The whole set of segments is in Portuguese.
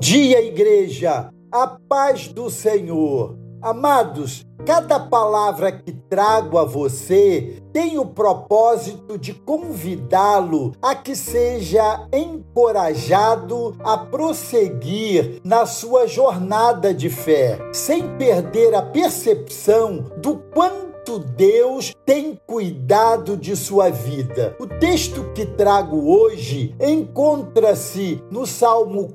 dia, igreja, a paz do Senhor. Amados, cada palavra que trago a você tem o propósito de convidá-lo a que seja encorajado a prosseguir na sua jornada de fé, sem perder a percepção do quanto Deus tem cuidado de sua vida. O texto que trago hoje encontra-se no Salmo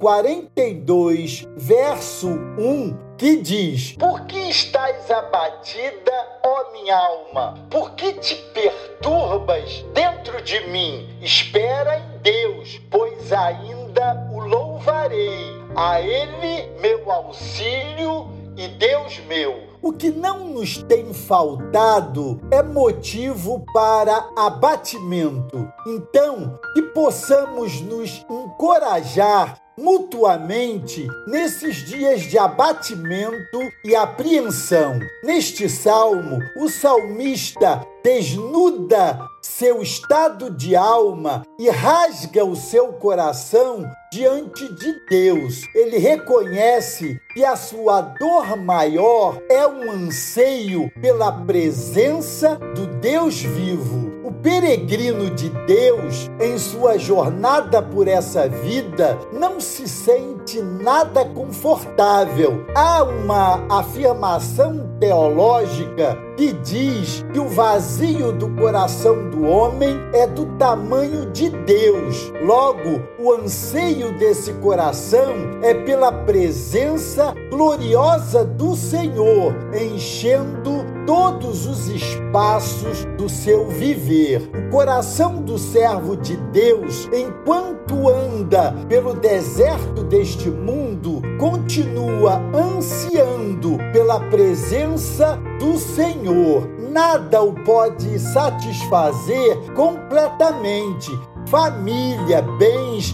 42, verso 1, que diz: Por que estás abatida, ó minha alma? Por que te perturbas dentro de mim? Espera em Deus, pois ainda o louvarei. A Ele meu auxílio e Deus meu. O que não nos tem faltado é motivo para abatimento. Então, que possamos nos encorajar mutuamente nesses dias de abatimento e apreensão. Neste salmo, o salmista desnuda seu estado de alma e rasga o seu coração diante de Deus. Ele reconhece que a sua dor maior é um anseio pela presença do Deus vivo. O peregrino de Deus, em sua jornada por essa vida, não se sente nada confortável. Há uma afirmação teológica que diz que o vazio do coração do homem é do tamanho de Deus. Logo, o anseio desse coração é pela presença gloriosa do Senhor, enchendo todos os espaços do seu viver. O coração do servo de Deus, enquanto anda pelo deserto deste mundo, continua ansiando pela presença do Senhor. Nada o pode satisfazer completamente. Família, bens,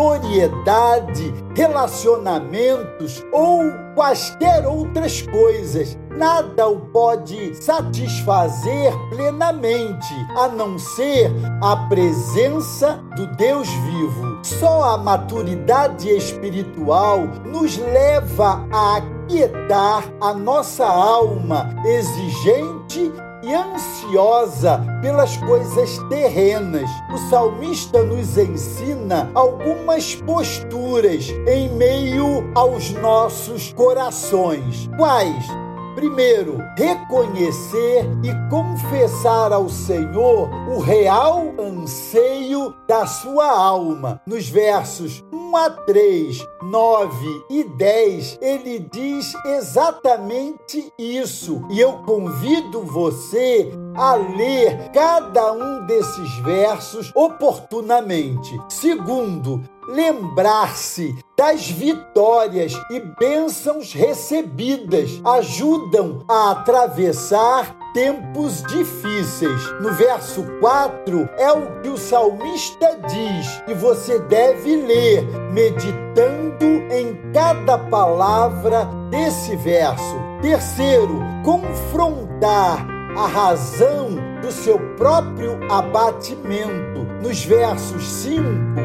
notoriedade, relacionamentos ou quaisquer outras coisas. Nada o pode satisfazer plenamente, a não ser a presença do Deus vivo. Só a maturidade espiritual nos leva a aquietar a nossa alma exigente e ansiosa pelas coisas terrenas. O salmista nos ensina algumas posturas em meio aos nossos corações. Quais? Primeiro, reconhecer e confessar ao Senhor o real anseio da sua alma. Nos versos 1 a 3, 9 e 10, ele diz exatamente isso. E eu convido você a ler cada um desses versos oportunamente. Segundo, lembrar-se das vitórias e bênçãos recebidas ajudam a atravessar tempos difíceis. No verso 4 é o que o salmista diz, e você deve ler, meditando em cada palavra desse verso. Terceiro, confrontar a razão do seu próprio abatimento. Nos versos 5,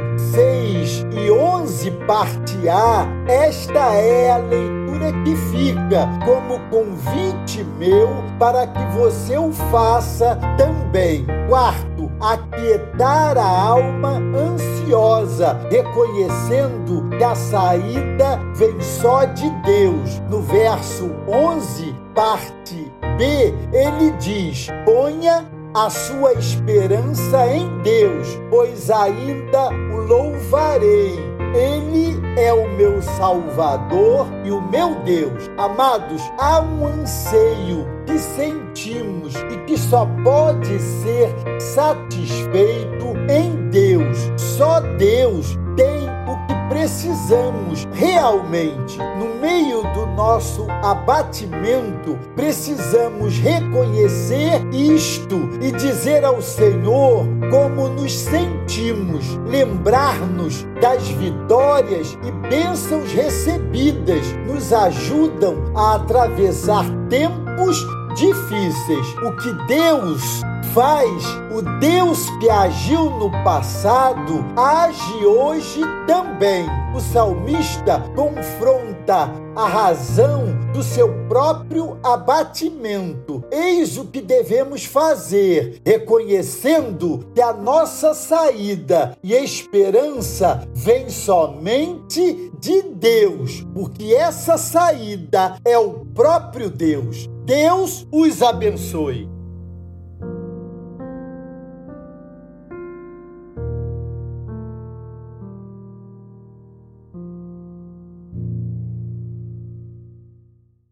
6 e 11, parte A, esta é a leitura que fica como convite meu para que você o faça também. Quarto, aquietar a alma ansiosa, reconhecendo que a saída vem só de Deus. No verso 11, parte B, ele diz: ponha a sua esperança em Deus, pois ainda o louvarei. Ele é o meu Salvador e o meu Deus. Amados, há um anseio que sentimos e que só pode ser satisfeito em Deus. Só Deus tem o que precisamos realmente. No meio do nosso abatimento, precisamos reconhecer isto e dizer ao Senhor como nos sentimos, lembrar-nos das vitórias e bênçãos recebidas, nos ajudam a atravessar tempos difíceis. O que Deus faz, o Deus que agiu no passado, age hoje também. O salmista confronta a razão do seu próprio abatimento. Eis o que devemos fazer, reconhecendo que a nossa saída e esperança vem somente de Deus, porque essa saída é o próprio Deus. Deus os abençoe.